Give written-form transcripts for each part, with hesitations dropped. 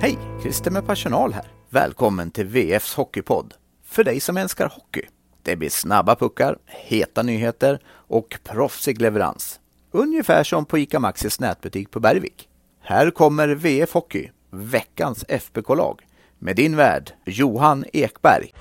Hej, Christer med personal här. Välkommen till VFs hockeypodd. För dig som älskar hockey. Det blir snabba puckar, heta nyheter och proffsig leverans. Ungefär som på ICA Maxis nätbutik på Bergvik. Här kommer VF Hockey, veckans FBK-lag. Med din värd, Johan Ekberg.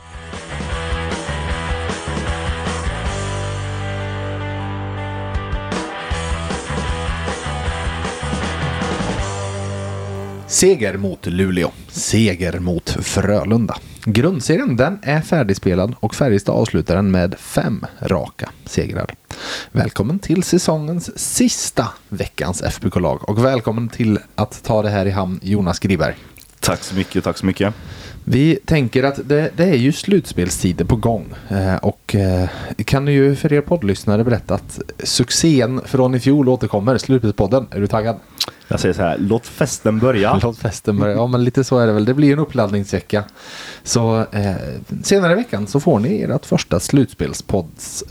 Seger mot Luleå, seger mot Frölunda. Grundserien den är färdigspelad och Färjestad avslutar den med 5 raka segrar. Välkommen till säsongens sista veckans FBK-lag och välkommen till att ta det här i hamn, Jonas Griberg. Tack så mycket. Vi tänker att det är ju slutspelstider på gång och kan du ju för er poddlyssnare berätta att succén från i fjol återkommer, slutspelspodden. Är du taggad? Jag säger så här, låt festen börja. Ja, men lite så är det väl. Det blir en uppladdningsvecka. Så senare i veckan så får ni ert första slutspelspodds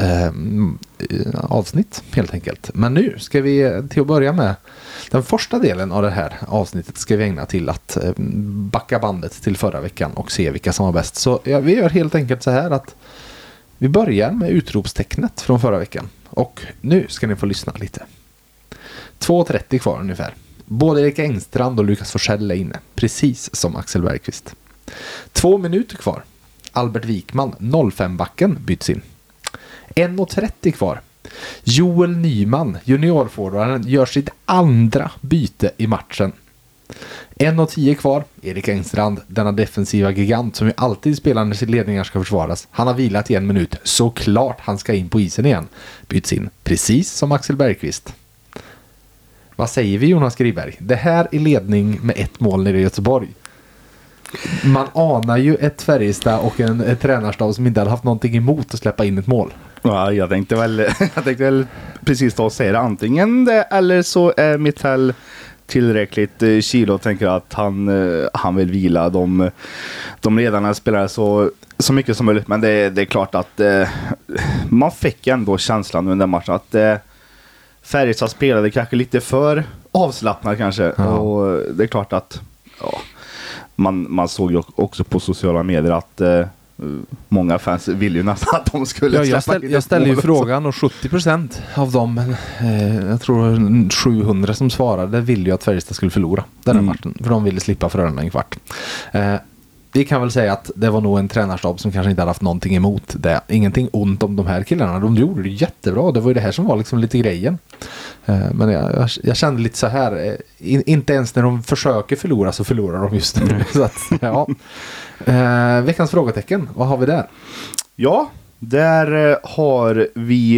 avsnitt helt enkelt. Men nu ska vi till att börja med den första delen av det här avsnittet ska vi ägna till att backa bandet till förra veckan och se vilka som var bäst. Så vi gör helt enkelt så här att vi börjar med utropstecknet från förra veckan. Och nu ska ni få lyssna lite. 2.30 kvar ungefär. Både Erik Engstrand och Lukas Forsell är inne, precis som Axel Bergqvist. 2 minuter kvar. Albert Wikman, 05-backen, byts in. 1.30 kvar. Joel Nyman, juniorforwarden, gör sitt andra byte i matchen. 1.10 kvar. Erik Engstrand, denna defensiva gigant som ju alltid spelar när sin ledningar ska försvaras. Han har vilat i 1 minut. Såklart han ska in på isen igen. Byts in, precis som Axel Bergqvist. Vad säger vi, Jonas Griberg? Det här är ledning med 1 mål nere i Göteborg. Man anar ju ett Färjestad och en tränarstab som inte hade haft någonting emot att släppa in ett mål. Ja, jag tänkte väl precis då säga det. Antingen det eller så är Mitell tillräckligt kilo och tänker att han vill vila de ledarna spelar så mycket som möjligt. Men det är klart att man fick ändå känslan under matchen att Färjestad spelade kanske lite för avslappnat kanske. Ja. Och det är klart att man såg ju också på sociala medier att många fans ville ju nästan att de skulle jag ställde ju frågan och 70% av dem, jag tror 700 som svarade, ville ju att Färjestad skulle förlora den här matchen. För de ville slippa Frölunda en kvart. Vi kan väl säga att det var nog en tränarstab som kanske inte hade haft någonting emot det. Ingenting ont om de här killarna. De gjorde det jättebra. Det var ju det här som var liksom lite grejen. Men jag kände lite så här. Inte ens när de försöker förlora så förlorar de just nu. Så att, ja. Veckans frågetecken. Vad har vi där? Ja, där har vi...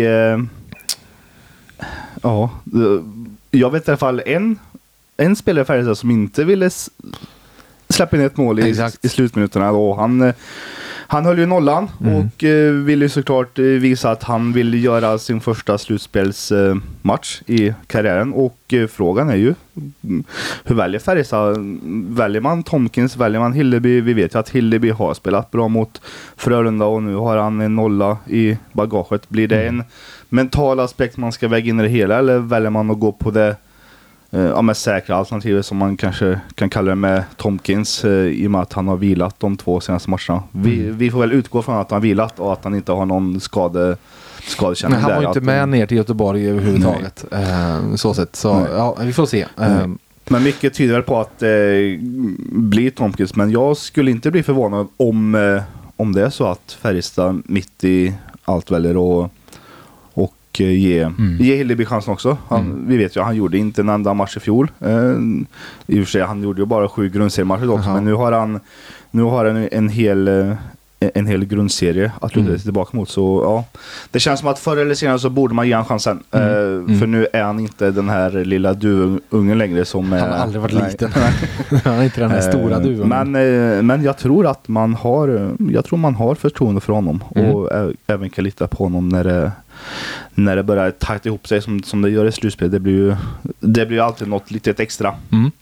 jag vet i alla fall en spelare Färjestad som inte ville släppa in ett mål i slutminuterna. Och han höll ju nollan och ville såklart visa att han vill göra sin första slutspelsmatch i karriären. Och frågan är ju, hur väljer Färjestad? Väljer man Tomkins? Väljer man Hilleby? Vi vet ju att Hilleby har spelat bra mot Frölunda och nu har han en nolla i bagaget. Blir det en mental aspekt man ska väga in i det hela, eller väljer man att gå på det med säkra alternativ som man kanske kan kalla det med Tomkins i och med att han har vilat de 2 senaste matcherna. Vi får väl utgå från att han har vilat och att han inte har någon skadekänning. Men han var ju inte med ner till Göteborg överhuvudtaget. Så sett. Så ja, vi får se. Men mycket tyder väl på att det blir Tomkins, men jag skulle inte bli förvånad om det är så att Färjestad mitt i allt väljer att ge Hilleby chansen också. Vi vet ju, han gjorde inte en enda match i fjol. I och för sig, han gjorde ju bara 7 grundseriematcher också. Men nu har han en hel grundserie att luta sig tillbaka mot. Så ja, det känns som att förr eller senare så borde man ge han chansen. För nu är han inte den här lilla duvungen längre som... Han har aldrig varit liten. Han är inte den här stora duvungen. Men jag tror att man har förtroende för honom. Och även kan lita på honom när det börjar tajta ihop sig som det gör i slutspel. Det blir ju alltid något litet extra.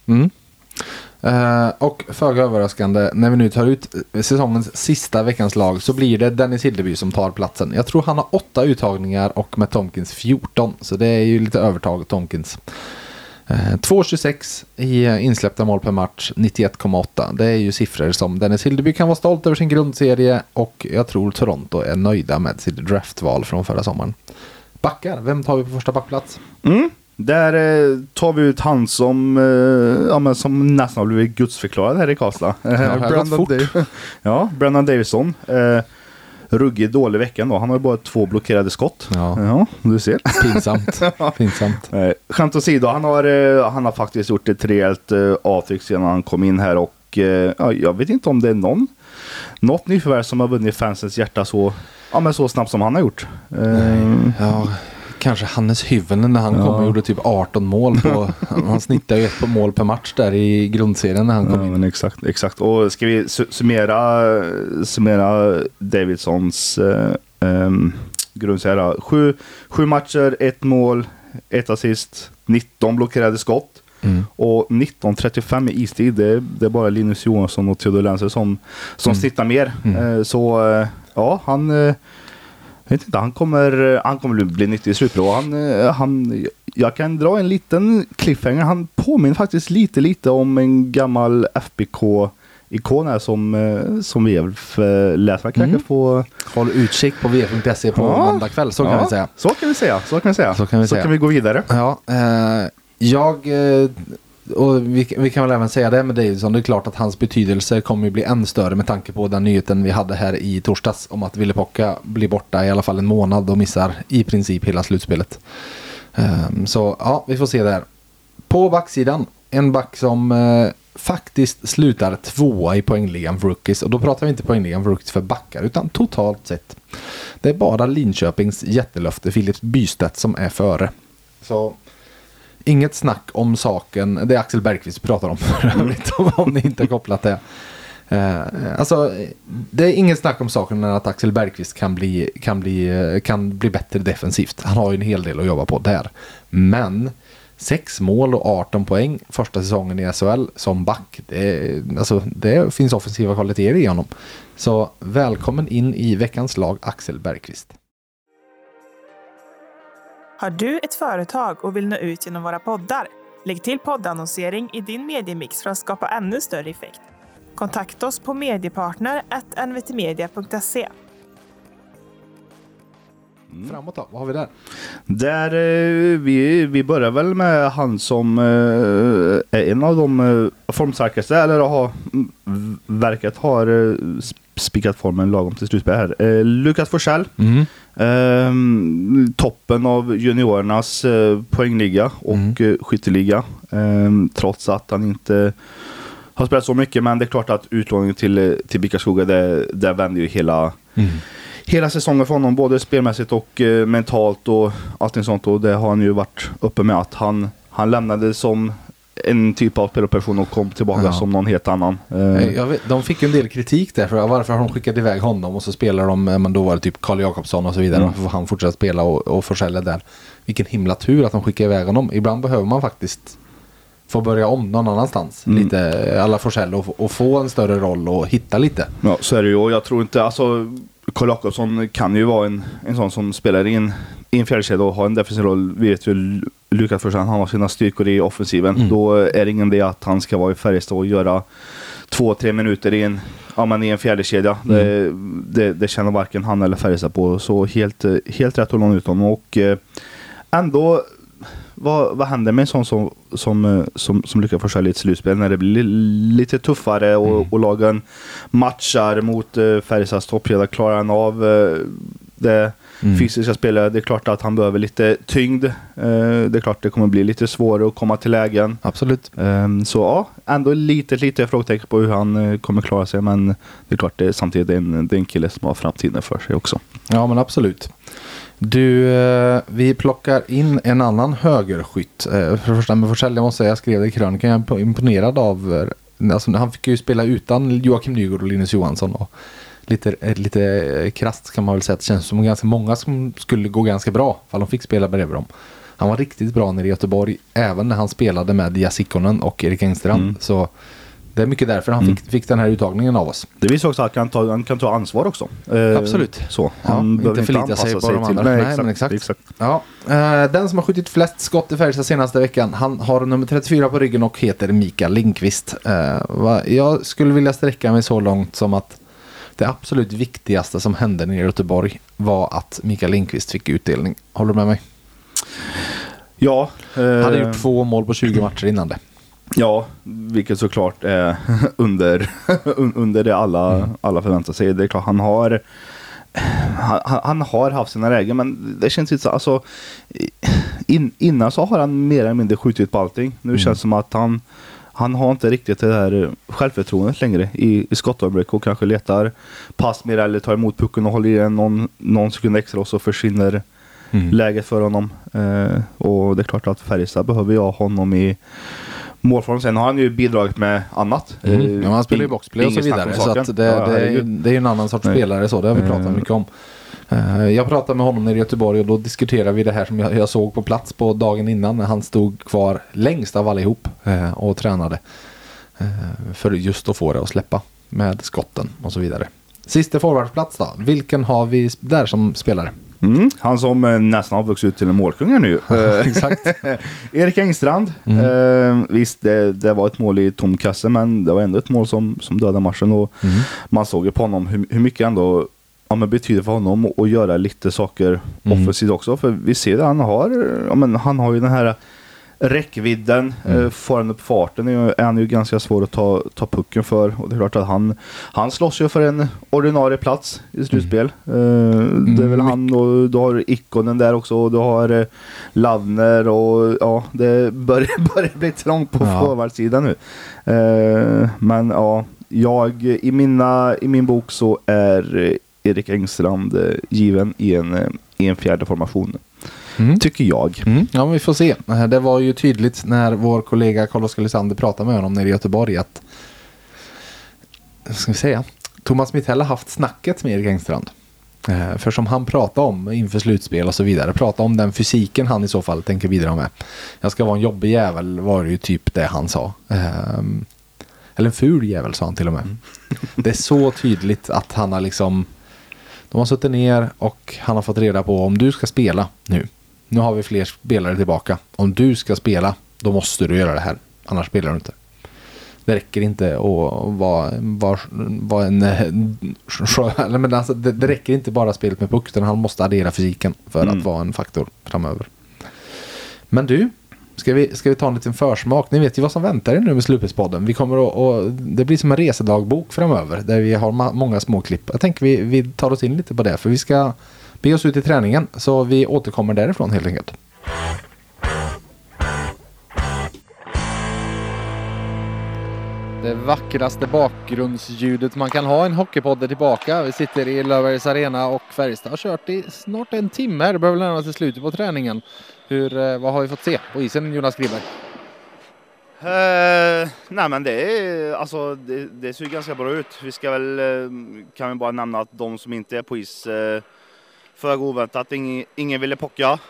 Och föga överraskande, när vi nu tar ut säsongens sista veckans lag så blir det Dennis Hilleby som tar platsen. Jag tror han har 8 uttagningar och med Tomkins 14, så det är ju lite övertag Tomkins. 2,26 i insläppta mål per match, 91,8. Det är ju siffror som Dennis Hildeby kan vara stolt över sin grundserie, och jag tror Toronto är nöjda med sitt draftval från förra sommaren. Backar, vem tar vi på första backplats? Där tar vi ut han som som nästan har blivit gudsförklarad här i Karlstad. Brandon Davison. Ruggig dålig veckan då. Han har ju bara 2 blockerade skott. Ja, du ser. Pinsamt. Skämt åsido, han har faktiskt gjort ett rejält avtryck sedan han kom in här, och jag vet inte om det är något nyförvärv som har vunnit fansens hjärta så snabbt som han har gjort. Kanske Hannes Hyvönen när han kom och gjorde typ 18 mål på, han snittade ju 1 mål per match där i grundserien när han kom in. Men exakt. Och ska vi summera Davidsons grundserie. 7 matcher, 1 mål, 1 assist, 19 blockerade skott. Och 19-35 i istid. Det är bara Linus Johansson och Theodor Lenser som snittar mer. Han kommer bli nyttig i slutpro. Jag kan dra en liten cliffhanger. Han påminner faktiskt lite om en gammal FBK-ikon här som VF-läsare kanske får... Håll utkik på vf.se på måndag kväll, så kan vi säga. Så kan vi gå vidare. Och vi kan väl även säga det med Davidson. Det är klart att hans betydelse kommer att bli än större med tanke på den nyheten vi hade här i torsdags om att Ville Pocka blir borta i alla fall en månad och missar i princip hela slutspelet. Så ja, vi får se där. På backsidan, en back som faktiskt slutar 2 i poängligan för rookies. Och då pratar vi inte poängligan för rookies för backar, utan totalt sett. Det är bara Linköpings jättelöfte Filip Bystedt som är före. Så... inget snack om saken. Det är Axel Bergqvist pratar om. Om ni inte har kopplat det. Det är inget snack om saken än att Axel Bergqvist kan bli bättre defensivt. Han har ju en hel del att jobba på där. Men 6 mål och 18 poäng första säsongen i SHL som back. Det finns offensiva kvaliteter i honom. Så välkommen in i veckans lag, Axel Bergqvist. Har du ett företag och vill nå ut genom våra poddar? Lägg till poddannonsering i din mediemix för att skapa ännu större effekt. Kontakta oss på mediepartner@nvtmedia.se. Framåt då, vad har vi där? Vi börjar väl med han som är en av de formstarkaste, eller verkat ha spikat formen lagom till slutspel här. Lukas Forsell. Toppen av juniorernas poängliga och skytteliga. Trots att han inte har spelat så mycket, men det är klart att utlåningen till Bickaskoga det vänder ju hela säsongen för honom, både spelmässigt och mentalt och allting sånt, och det har han ju varit uppe med att han lämnade som en typ av spelperson och kom tillbaka som någon helt annan. De fick ju en del kritik där för varför har de skickat iväg honom och så spelar de, men då var det typ Carl Jakobsson och så vidare, och han fortsätter spela och försälja där. Vilken himla tur att de skickar iväg honom. Ibland behöver man faktiskt få börja om någon annanstans. Lite alla Forsell och få en större roll och hitta lite. Ja, så är det ju, och jag tror inte, Carl Jakobsson kan ju vara en sån som spelar in i en fjärdekedja och har en defensiv roll. Vet ju Lukas Forsell, han har sina styrkor i offensiven. Då är det ingen det att han ska vara i Färjestad och göra 2-3 minuter i en fjärdekedja. Det känner varken han eller Färjestad på. Så helt rätt att låna ut honom. Och ändå, vad händer med en sån som Lukas Forsell i ett slutspel när det blir lite tuffare och lagen matchar mot Färjestads toppkedja? Klarar han av det fysiska spelet? Det är klart att han behöver lite tyngd. Det är klart det kommer bli lite svårare att komma till lägen. Absolut. Så ja, ändå lite frågetecken på hur han kommer klara sig, men det är klart det är samtidigt en kille som har framtiden för sig också. Ja, men absolut. Vi plockar in en annan högerskytt. För det första med Forsell, jag måste säga, jag skrev det i krönikan, jag är imponerad av, han fick ju spela utan Joakim Nygård och Linus Johansson, och lite krasst kan man väl säga att det känns som ganska många som skulle gå ganska bra för de fick spela bredvid dem. Han var riktigt bra nere i Göteborg, även när han spelade med Jasikkonen och Erik Engstrand. Så Det är mycket därför han fick den här uttagningen av oss. Det visar också att han kan ta ansvar också. Absolut. Så. Han behöver inte förlita sig på de andra. Nej, exakt. Ja. Den som har skjutit flest skott i Färjestad senaste veckan, han har nummer 34 på ryggen och heter Mikael Lindqvist. Jag skulle vilja sträcka mig så långt som att det absolut viktigaste som hände nere i Göteborg var att Mikael Lindqvist fick utdelning. Håller du med mig? Ja. Han hade gjort 2 mål på 20 matcher innan det. Ja, vilket såklart är under det alla förväntar sig. Det är klart han har haft sina lägen, men det känns inte så, alltså innan så har han mer eller mindre skjutit på allting. Nu känns det som att han har inte riktigt det här självförtroendet längre i skottögonblick och kanske letar pass mer eller tar emot pucken och håller i den någon sekund extra och så försvinner läget för honom. Och det är klart att Färjestad behöver jag honom i målform. Sen har han ju bidragit med annat. Ja, han spelar ju boxplay och så vidare. Så att det är ju en annan sorts spelare, så det har vi pratat mycket om. Jag pratade med honom nere i Göteborg och då diskuterade vi det här som jag såg på plats på dagen innan när han stod kvar längst av allihop och tränade för just att få det att släppa med skotten och så vidare. Sista forwardsplats då. Vilken har vi där som spelare? Han som nästan har vuxit ut till en målkung här nu. Exakt. Erik Engstrand. Visst, det var ett mål i tom kasse, men det var ändå ett mål som dödade matchen. Och man såg ju på honom hur mycket ändå betyder för honom att göra lite saker offensivt också. För vi ser det, han har ju den här räckvidden, får han upp farten är han ju ganska svår att ta pucken för, och det är klart att han slåss ju för en ordinarie plats i slutspel. Det är väl han, och du har Ikonen där också, och du har Lavner, och ja, det börjar bli trångt på forwardsidan nu. Men ja, i min bok så är Erik Engstrand given i en fjärde formation. Tycker jag. Ja, men vi får se. Det var ju tydligt när vår kollega Carl-Oskar Lysander pratade med honom nere i Göteborg att, ska vi säga, Thomas Mittell har haft snacket med Erik Engstrand. För som han pratade om inför slutspel och så vidare, pratade om den fysiken han i så fall tänker bidra med. Jag ska vara en jobbig jävel, var det ju typ det han sa. Eller en ful jävel sa han till och med. Det är så tydligt att han har liksom, de har suttit ner och han har fått reda på, om du ska spela nu har vi fler spelare tillbaka. Om du ska spela, då måste du göra det här. Annars spelar du inte. Det räcker inte att vara en men alltså, det räcker inte bara spelet med puck, utan han måste addera fysiken för att vara en faktor framöver. Men du, ska vi ta en liten försmak? Ni vet ju vad som väntar er nu med Slutspelspodden. Vi kommer det blir som en resedagbok framöver där vi har många små klipp. Jag tänker vi tar oss in lite på det, för vi ska be oss ut i träningen, så vi återkommer därifrån helt enkelt. Det vackraste bakgrundsljudet man kan ha en hockeypodd är tillbaka. Vi sitter i Löfbergs Arena och Färjestad har kört i snart en timme. Det behöver närma sig slutet på träningen. Vad har vi fått se på isen, Jonas Griberg? Nej, men det ser ganska bra ut. Vi ska kan vi bara nämna att de som inte är på is för oväntat, ingen ville pocka.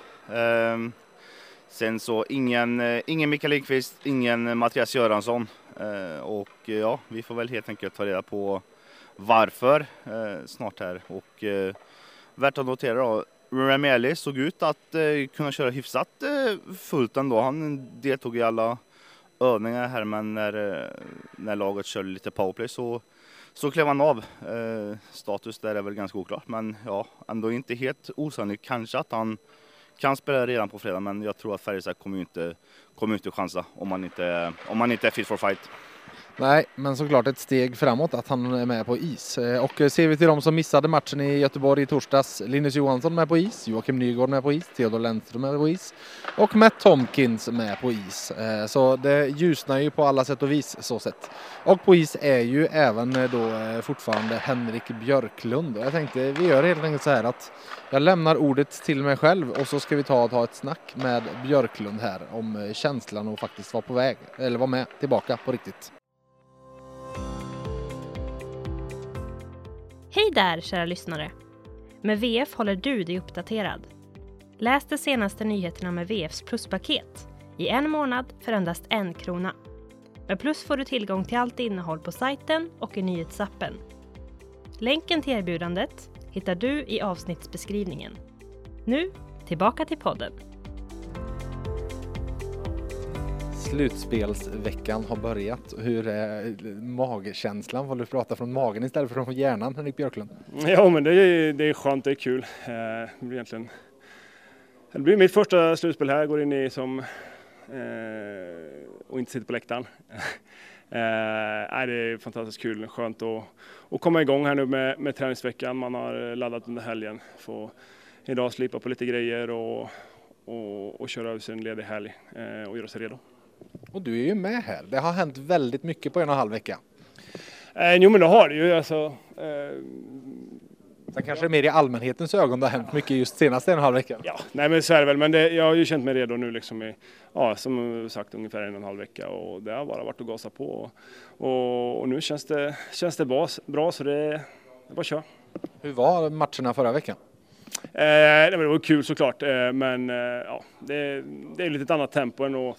Sen så ingen Mikael Lindqvist, ingen Mattias Göransson. Och ja, vi får väl helt enkelt ta reda på varför snart här. Och värt att notera då, Ramieli såg ut att kunna köra hyfsat fullt ändå. Han deltog i alla övningar här, men när laget körde lite powerplay så klev han av. Status där är väl ganska oklart, men ja, ändå inte helt osannolikt. Kanske att han kan spela redan på fredag, men jag tror att Färjestad kommer inte chansa om man inte är fit for fight. Nej, men såklart ett steg framåt att han är med på is. Och ser vi till de som missade matchen i Göteborg i torsdags: Linus Johansson med på is, Joakim Nygård med på is, Theodor Lennström med på is och Matt Tomkins med på is. Så det ljusnar ju på alla sätt och vis så sett. Och på is är ju även då fortfarande Henrik Björklund. Och jag tänkte vi gör helt enkelt så här att jag lämnar ordet till mig själv och så ska vi ta ett snack med Björklund här om känslan och faktiskt vara på väg eller vara med tillbaka på riktigt. Hej där, kära lyssnare! Med VF håller du dig uppdaterad. Läs de senaste nyheterna med VFs pluspaket i en månad för endast 1 krona. Med Plus får du tillgång till allt innehåll på sajten och i nyhetsappen. Länken till erbjudandet hittar du i avsnittsbeskrivningen. Nu, tillbaka till podden. Slutspelsveckan har börjat. Hur är magkänslan? Vad du pratar från magen istället för från hjärnan, Henrik Björklund? Ja, men det är skönt, det är kul. Det blir mitt första slutspel här. Jag går in i som och inte sitter på läktaren. Det är fantastiskt kul, skönt att komma igång här nu med träningsveckan. Man har laddat under helgen. Får idag slipa på lite grejer och köra över sin ledig helg och göra sig redo. Och du är ju med här. Det har hänt väldigt mycket på 1,5 vecka. Jo, men det har det ju. Alltså, Sen kanske det är mer i allmänhetens ögon det har hänt mycket just senaste 1,5 veckan. Ja, nej men så är det väl. Men jag har ju känt mig redo nu liksom som sagt ungefär 1,5 vecka. Och det har bara varit att gasa på. Och nu känns det bra, så det är bara att köra. Hur var matcherna förra veckan? Det var kul såklart, men det är lite ett annat tempo än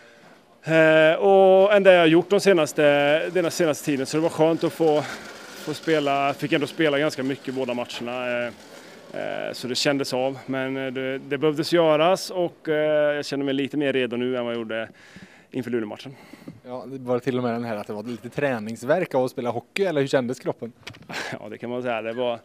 än det jag har gjort den senaste tiden. Så det var skönt att få spela. Fick ändå spela ganska mycket båda matcherna. Så det kändes av. Men det behövdes göras och jag känner mig lite mer redo nu än vad jag gjorde inför Luleå-matchen. Ja, det var till och med den här att det var lite träningsverk av att spela hockey, eller hur kändes kroppen? Ja, det kan man säga. Det var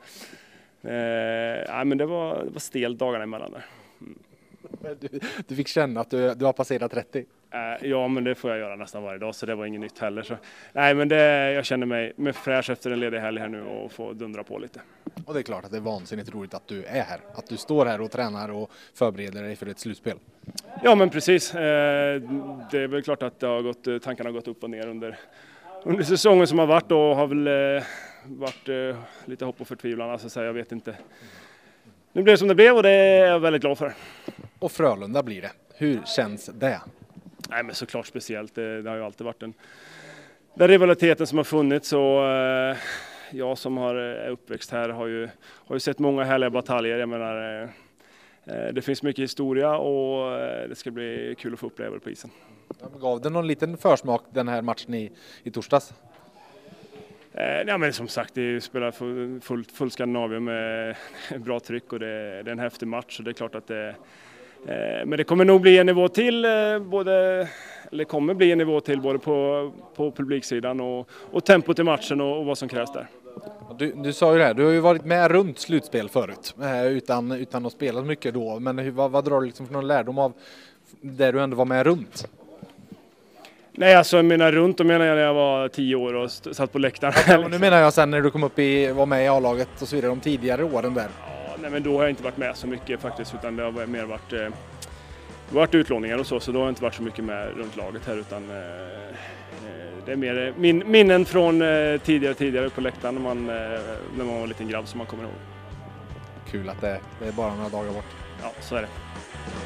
det var stel dagarna emellan där. Du fick känna att du har passerat 30? Ja, men det får jag göra nästan varje dag, så det var inget nytt heller. Så. Nej, men jag känner mig med fräsch efter en ledig helg här nu och får dundra på lite. Och det är klart att det är vansinnigt roligt att du är här. Att du står här och tränar och förbereder dig för ett slutspel. Ja, men precis. Det är väl klart att tankarna har gått upp och ner under säsongen som har varit, och har väl varit lite hopp och förtvivlan. Alltså, så jag vet inte. Nu blev det som det blev och det är jag väldigt glad för. Och Frölunda blir det. Hur känns det? Nej, men såklart speciellt. Det har ju alltid varit den rivaliteten som har funnits, och jag som är uppväxt här har ju sett många härliga bataljer. Jag menar, det finns mycket historia och det ska bli kul att få uppleva det på isen. Gav det någon liten försmak den här matchen i torsdags? Ja, men som sagt, det spelar full Skandinavien med bra tryck och det är en häftig match, och det är klart att men det kommer nog bli en nivå till både på publiksidan och tempot i matchen och vad som krävs där. Du sa ju det här, du har ju varit med runt slutspel förut utan att spela mycket då, men vad drar du liksom för någon lärdom av där du ändå var med runt? Nej, alltså jag menar runt, och menar jag när jag var 10 år och satt på läktaren. Ja, nu menar jag sen när du kom upp var med i A-laget och så vidare, de tidigare åren där. Ja, nej, men då har jag inte varit med så mycket faktiskt, utan det har mer varit utlåningar och så då har jag inte varit så mycket med runt laget här, utan det är mer minnen från tidigare på läktaren när man var en liten grabb som man kommer ihåg. Kul att det är bara några dagar bort. Ja, så är det.